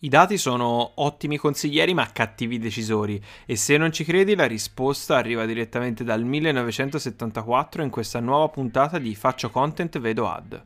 I dati sono ottimi consiglieri ma cattivi decisori e se non ci credi la risposta arriva direttamente dal 1974 in questa nuova puntata di Faccio Content, Vedo Ad.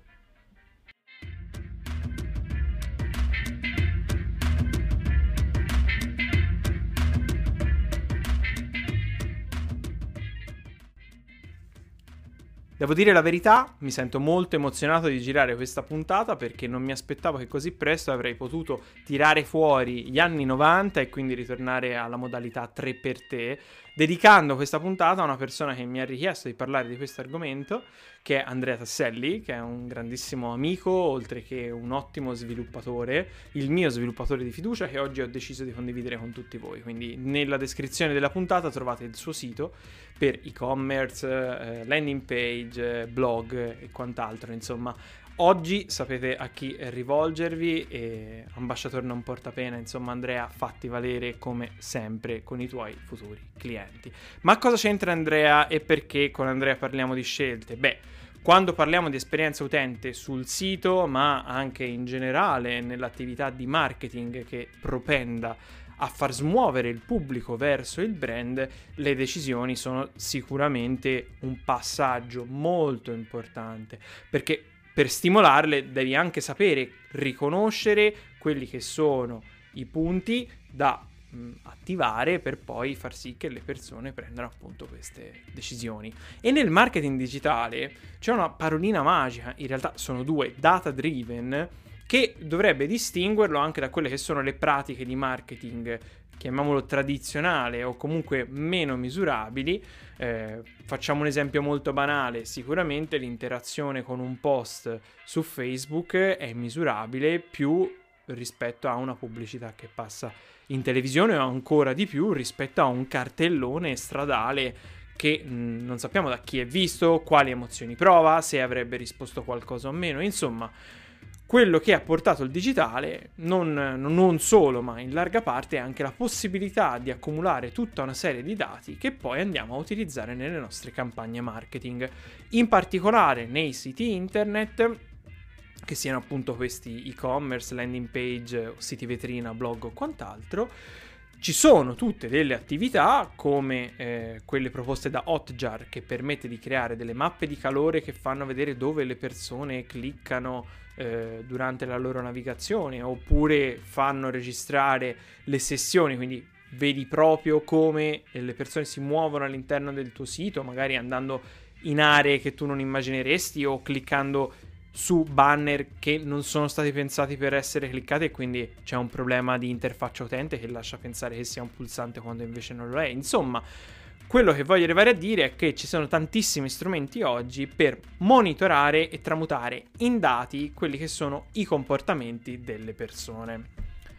Devo dire la verità, mi sento molto emozionato di girare questa puntata perché non mi aspettavo che così presto avrei potuto tirare fuori gli anni 90 e quindi ritornare alla modalità 3x3, dedicando questa puntata a una persona che mi ha richiesto di parlare di questo argomento, che è Andrea Tasselli, che è un grandissimo amico, oltre che un ottimo sviluppatore, il mio sviluppatore di fiducia che oggi ho deciso di condividere con tutti voi. Quindi nella descrizione della puntata trovate il suo sito per e-commerce, landing page, blog e quant'altro. Insomma, oggi sapete a chi rivolgervi e ambasciatore non porta pena. Insomma, Andrea, fatti valere come sempre con i tuoi futuri clienti. Ma cosa c'entra Andrea e perché con Andrea parliamo di scelte? Beh, quando parliamo di esperienza utente sul sito, ma anche in generale nell'attività di marketing che propenda a far smuovere il pubblico verso il brand, le decisioni sono sicuramente un passaggio molto importante, perché per stimolarle devi anche sapere riconoscere quelli che sono i punti da attivare per poi far sì che le persone prendano appunto queste decisioni. E nel marketing digitale c'è una parolina magica, in realtà sono due, data driven, che dovrebbe distinguerlo anche da quelle che sono le pratiche di marketing, chiamiamolo tradizionale o comunque meno misurabili. Facciamo un esempio molto banale: sicuramente l'interazione con un post su Facebook è misurabile più rispetto a una pubblicità che passa in televisione, o ancora di più rispetto a un cartellone stradale che non sappiamo da chi è visto, quali emozioni prova, se avrebbe risposto qualcosa o meno. Insomma, quello che ha portato il digitale, non solo, ma in larga parte, è anche la possibilità di accumulare tutta una serie di dati che poi andiamo a utilizzare nelle nostre campagne marketing. In particolare nei siti internet, che siano appunto questi e-commerce, landing page, siti vetrina, blog o quant'altro, ci sono tutte delle attività come quelle proposte da Hotjar, che permette di creare delle mappe di calore che fanno vedere dove le persone cliccano durante la loro navigazione, oppure fanno registrare le sessioni, quindi vedi proprio come le persone si muovono all'interno del tuo sito, magari andando in aree che tu non immagineresti o cliccando su banner che non sono stati pensati per essere cliccati, e quindi c'è un problema di interfaccia utente che lascia pensare che sia un pulsante quando invece non lo è. Insomma, quello che voglio arrivare a dire è che ci sono tantissimi strumenti oggi per monitorare e tramutare in dati quelli che sono i comportamenti delle persone.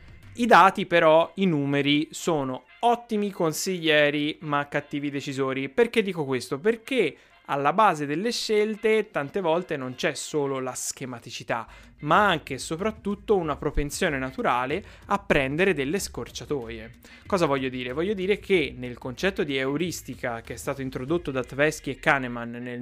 I dati però, i numeri, sono ottimi consiglieri ma cattivi decisori. Perché dico questo? Perché alla base delle scelte tante volte non c'è solo la schematicità, ma anche e soprattutto una propensione naturale a prendere delle scorciatoie. Cosa voglio dire? Voglio dire che nel concetto di euristica, che è stato introdotto da Tversky e Kahneman nel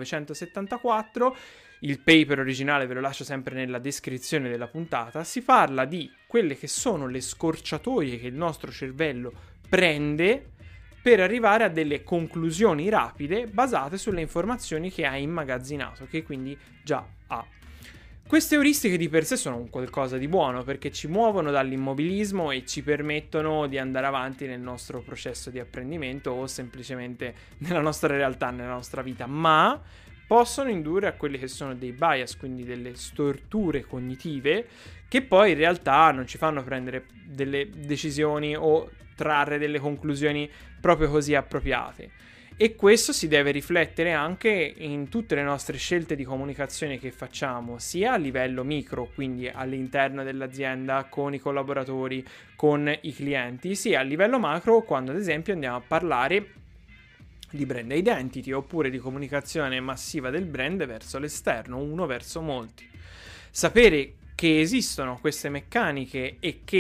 1974, il paper originale ve lo lascio sempre nella descrizione della puntata, si parla di quelle che sono le scorciatoie che il nostro cervello prende per arrivare a delle conclusioni rapide basate sulle informazioni che ha immagazzinato, che quindi già ha. Queste euristiche di per sé sono un qualcosa di buono, perché ci muovono dall'immobilismo e ci permettono di andare avanti nel nostro processo di apprendimento o semplicemente nella nostra realtà, nella nostra vita, ma possono indurre a quelli che sono dei bias, quindi delle storture cognitive, che poi in realtà non ci fanno prendere delle decisioni o trarre delle conclusioni proprio così appropriate. E questo si deve riflettere anche in tutte le nostre scelte di comunicazione che facciamo, sia a livello micro, quindi all'interno dell'azienda, con i collaboratori, con i clienti, sia a livello macro, quando ad esempio andiamo a parlare di brand identity oppure di comunicazione massiva del brand verso l'esterno, uno verso molti. Sapere che esistono queste meccaniche e che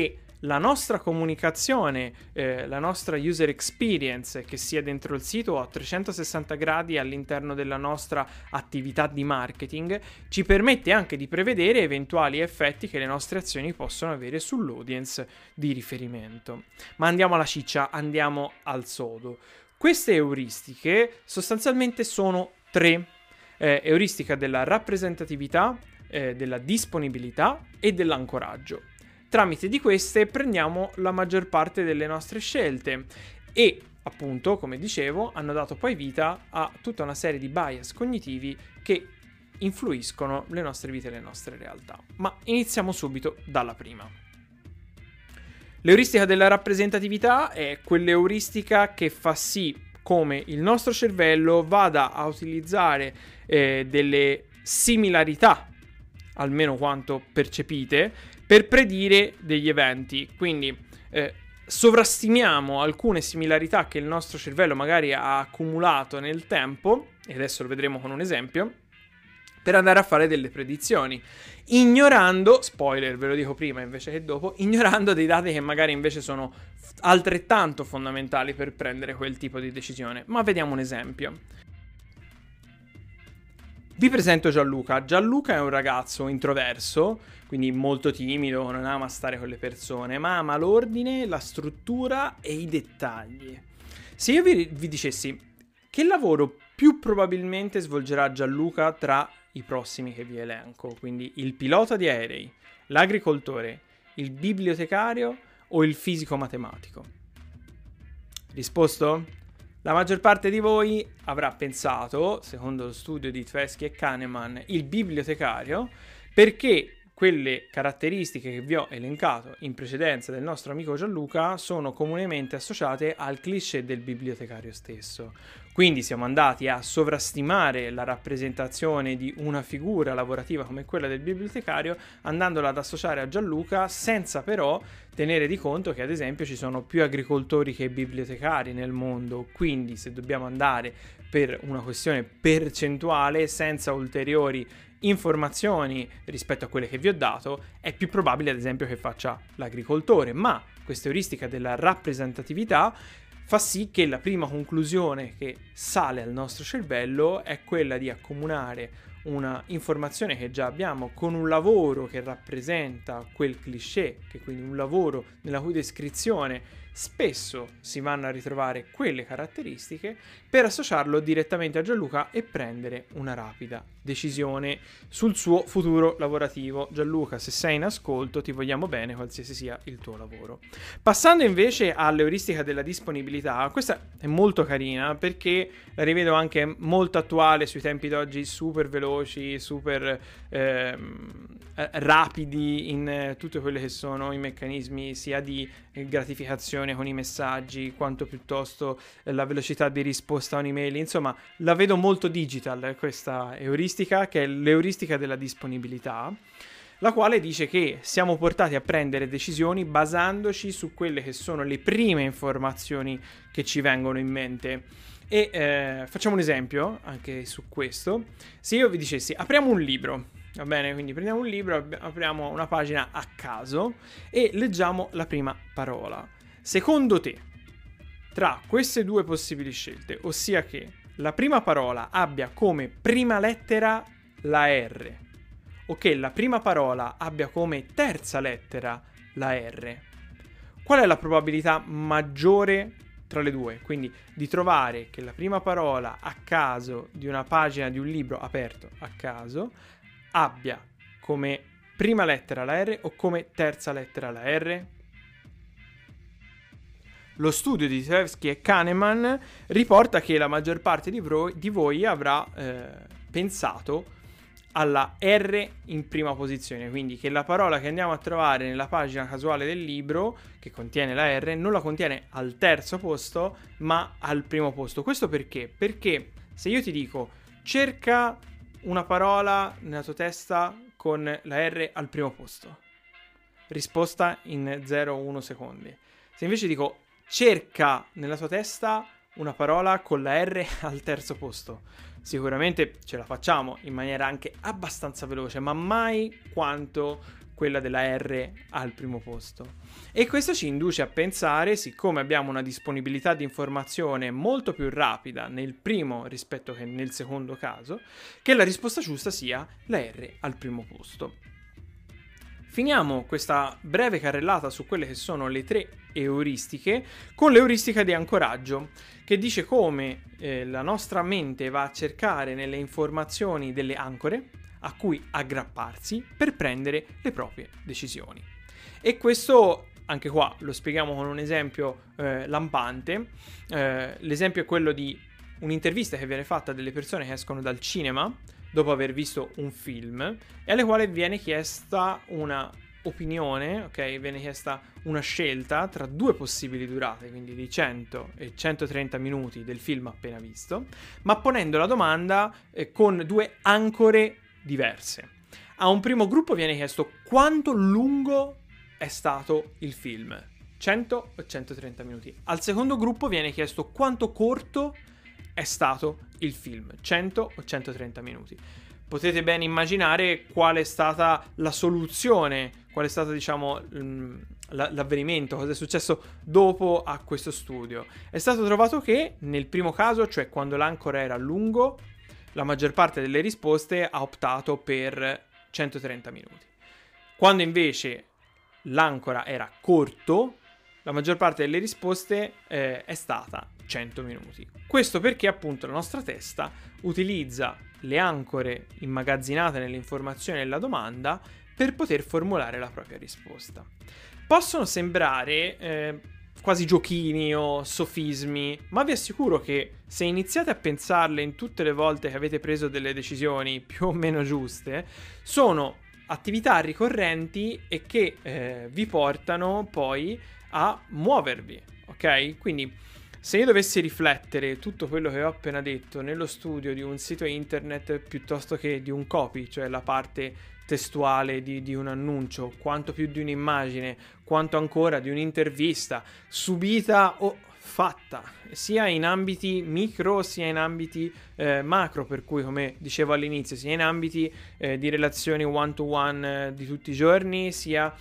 la nostra comunicazione, la nostra user experience, che sia dentro il sito o a 360 gradi all'interno della nostra attività di marketing, ci permette anche di prevedere eventuali effetti che le nostre azioni possono avere sull'audience di riferimento. Ma andiamo alla ciccia, andiamo al sodo. Queste euristiche sostanzialmente sono tre: euristica della rappresentatività, della disponibilità e dell'ancoraggio. Tramite di queste prendiamo la maggior parte delle nostre scelte e, appunto, come dicevo, hanno dato poi vita a tutta una serie di bias cognitivi che influiscono le nostre vite e le nostre realtà. Ma iniziamo subito dalla prima. L'euristica della rappresentatività è quell'euristica che fa sì come il nostro cervello vada a utilizzare delle similarità, almeno quanto percepite, per predire degli eventi. Quindi sovrastimiamo alcune similarità che il nostro cervello magari ha accumulato nel tempo, e adesso lo vedremo con un esempio, per andare a fare delle predizioni, ignorando, spoiler, ve lo dico prima invece che dopo, ignorando dei dati che magari invece sono altrettanto fondamentali per prendere quel tipo di decisione. Ma vediamo un esempio. Vi presento Gianluca. Gianluca è un ragazzo introverso, quindi molto timido, non ama stare con le persone, ma ama l'ordine, la struttura e i dettagli. Se io vi dicessi che lavoro più probabilmente svolgerà Gianluca tra i prossimi che vi elenco, quindi il pilota di aerei, l'agricoltore, il bibliotecario o il fisico matematico? Risposto? La maggior parte di voi avrà pensato, secondo lo studio di Tversky e Kahneman, il bibliotecario, perché quelle caratteristiche che vi ho elencato in precedenza del nostro amico Gianluca sono comunemente associate al cliché del bibliotecario stesso. Quindi siamo andati a sovrastimare la rappresentazione di una figura lavorativa come quella del bibliotecario, andandola ad associare a Gianluca, senza però tenere di conto che ad esempio ci sono più agricoltori che bibliotecari nel mondo. Quindi se dobbiamo andare per una questione percentuale, senza ulteriori informazioni rispetto a quelle che vi ho dato, è più probabile ad esempio che faccia l'agricoltore. Ma questa euristica della rappresentatività fa sì che la prima conclusione che sale al nostro cervello è quella di accomunare una informazione che già abbiamo con un lavoro che rappresenta quel cliché, che quindi un lavoro nella cui descrizione spesso si vanno a ritrovare quelle caratteristiche, per associarlo direttamente a Gianluca e prendere una rapida decisione sul suo futuro lavorativo. Gianluca, se sei in ascolto, ti vogliamo bene qualsiasi sia il tuo lavoro. Passando invece all'euristica della disponibilità, questa è molto carina perché la rivedo anche molto attuale sui tempi d'oggi, super veloci, super rapidi in tutti quelli che sono i meccanismi sia di gratificazione con i messaggi, quanto piuttosto la velocità di risposta a un'email. Insomma, la vedo molto digital questa euristica, che è l'euristica della disponibilità, la quale dice che siamo portati a prendere decisioni basandoci su quelle che sono le prime informazioni che ci vengono in mente. E facciamo un esempio anche su questo. Se io vi dicessi apriamo un libro, va bene? Quindi prendiamo un libro, apriamo una pagina a caso e leggiamo la prima parola. Secondo te, tra queste due possibili scelte, ossia che la prima parola abbia come prima lettera la R o che la prima parola abbia come terza lettera la R, qual è la probabilità maggiore tra le due? Quindi di trovare che la prima parola a caso di una pagina di un libro aperto a caso abbia come prima lettera la R o come terza lettera la R? Lo studio di Tversky e Kahneman riporta che la maggior parte di voi avrà pensato alla R in prima posizione, quindi che la parola che andiamo a trovare nella pagina casuale del libro, che contiene la R, non la contiene al terzo posto, ma al primo posto. Questo perché? Perché se io ti dico cerca una parola nella tua testa con la R al primo posto, risposta in 0-1 secondi. Se invece dico cerca nella tua testa una parola con la R al terzo posto, sicuramente ce la facciamo in maniera anche abbastanza veloce, ma mai quanto quella della R al primo posto. E questo ci induce a pensare, siccome abbiamo una disponibilità di informazione molto più rapida nel primo rispetto che nel secondo caso, che la risposta giusta sia la R al primo posto. Finiamo questa breve carrellata su quelle che sono le 3 euristiche con l'euristica di ancoraggio, che dice come la nostra mente va a cercare nelle informazioni delle ancore a cui aggrapparsi per prendere le proprie decisioni. E questo, anche qua, lo spieghiamo con un esempio lampante. L'esempio è quello di un'intervista che viene fatta a delle persone che escono dal cinema dopo aver visto un film e alle quali viene chiesta una opinione, ok? Viene chiesta una scelta tra 2 possibili durate, quindi di 100 e 130 minuti del film appena visto, ma ponendo la domanda con 2 ancore diverse. A un primo gruppo viene chiesto quanto lungo è stato il film, 100 o 130 minuti. Al secondo gruppo viene chiesto quanto corto è stato il film, 100 o 130 minuti. Potete ben immaginare qual è stata la soluzione, qual è stato, diciamo, l'avvenimento, cosa è successo dopo a questo studio. È stato trovato che nel primo caso, cioè quando l'ancora era lungo, la maggior parte delle risposte ha optato per 130 minuti. Quando invece l'ancora era corto, la maggior parte delle risposte è stata 100 minuti. Questo perché appunto la nostra testa utilizza le ancore immagazzinate nell'informazione della domanda per poter formulare la propria risposta. Possono sembrare quasi giochini o sofismi, ma vi assicuro che se iniziate a pensarle in tutte le volte che avete preso delle decisioni più o meno giuste, sono attività ricorrenti e che vi portano poi a muovervi, ok? Quindi se io dovessi riflettere tutto quello che ho appena detto nello studio di un sito internet piuttosto che di un copy, cioè la parte testuale di un annuncio, quanto più di un'immagine, quanto ancora di un'intervista subita o fatta, sia in ambiti micro sia in ambiti macro, per cui come dicevo all'inizio, sia in ambiti di relazioni one to one di tutti i giorni, sia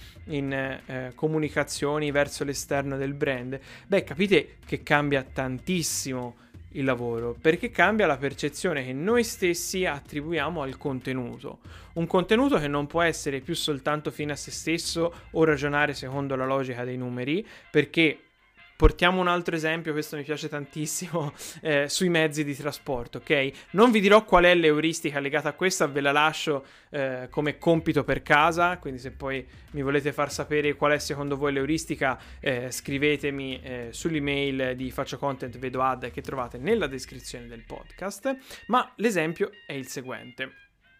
in comunicazioni verso l'esterno del brand. Beh, capite che cambia tantissimo il lavoro, perché cambia la percezione che noi stessi attribuiamo al contenuto. Un contenuto che non può essere più soltanto fine a se stesso o ragionare secondo la logica dei numeri, perché portiamo un altro esempio, questo mi piace tantissimo, sui mezzi di trasporto, ok? Non vi dirò qual è l'euristica legata a questa, ve la lascio come compito per casa, quindi se poi mi volete far sapere qual è secondo voi l'euristica, scrivetemi sull'email di Faccio Content Vedo Ad che trovate nella descrizione del podcast, ma l'esempio è il seguente.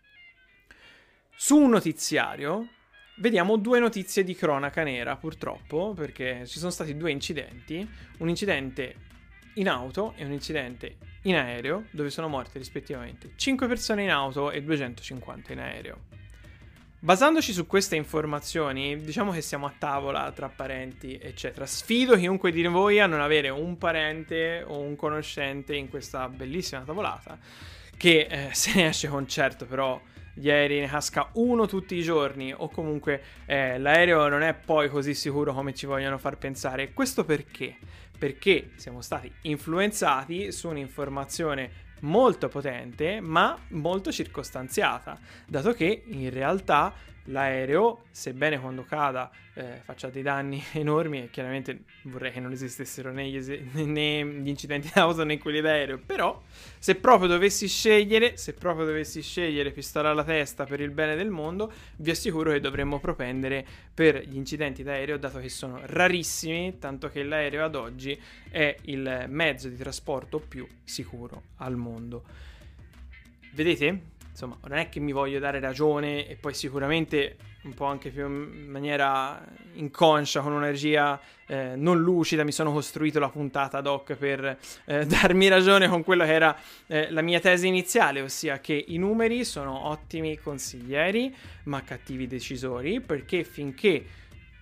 Su un notiziario vediamo 2 notizie di cronaca nera, purtroppo, perché ci sono stati 2 incidenti, un incidente in auto e un incidente in aereo, dove sono morte rispettivamente 5 persone in auto e 250 in aereo. Basandoci su queste informazioni, diciamo che siamo a tavola tra parenti, eccetera. Sfido chiunque di voi a non avere un parente o un conoscente in questa bellissima tavolata, che se ne esce con certo, però gli aerei ne casca uno tutti i giorni, o comunque l'aereo non è poi così sicuro come ci vogliono far pensare. Questo perché? Perché siamo stati influenzati su un'informazione molto potente ma molto circostanziata, dato che in realtà l'aereo, sebbene quando cada faccia dei danni enormi, e chiaramente vorrei che non esistessero né gli incidenti d'auto né quelli d'aereo, però se proprio dovessi scegliere pistola alla testa per il bene del mondo, vi assicuro che dovremmo propendere per gli incidenti d'aereo, dato che sono rarissimi, tanto che l'aereo ad oggi è il mezzo di trasporto più sicuro al mondo. Vedete? Insomma, non è che mi voglio dare ragione, e poi sicuramente un po' anche più in maniera inconscia, con un'energia non lucida, mi sono costruito la puntata ad hoc per darmi ragione con quello che era la mia tesi iniziale, ossia che i numeri sono ottimi consiglieri ma cattivi decisori, perché finché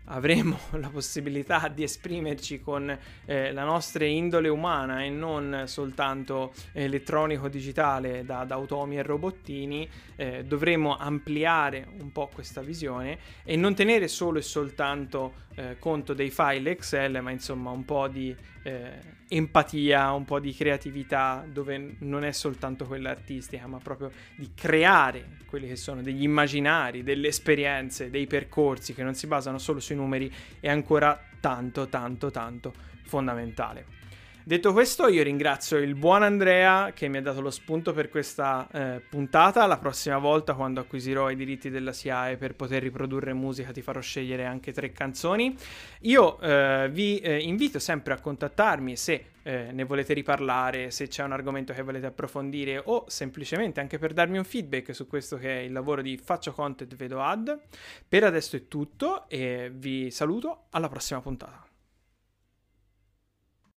avremo la possibilità di esprimerci con la nostra indole umana e non soltanto elettronico-digitale da automi e robottini, dovremo ampliare un po' questa visione e non tenere solo e soltanto conto dei file Excel, ma insomma un po' di empatia, un po' di creatività, dove non è soltanto quella artistica, ma proprio di creare quelli che sono degli immaginari, delle esperienze, dei percorsi che non si basano solo sui numeri, è ancora tanto fondamentale. Detto questo, io ringrazio il buon Andrea che mi ha dato lo spunto per questa puntata. La prossima volta, quando acquisirò i diritti della SIAE per poter riprodurre musica, ti farò scegliere anche 3 canzoni. Io vi invito sempre a contattarmi se ne volete riparlare, se c'è un argomento che volete approfondire o semplicemente anche per darmi un feedback su questo che è il lavoro di Faccio Content Vedo Ad. Per adesso è tutto e vi saluto, alla prossima puntata.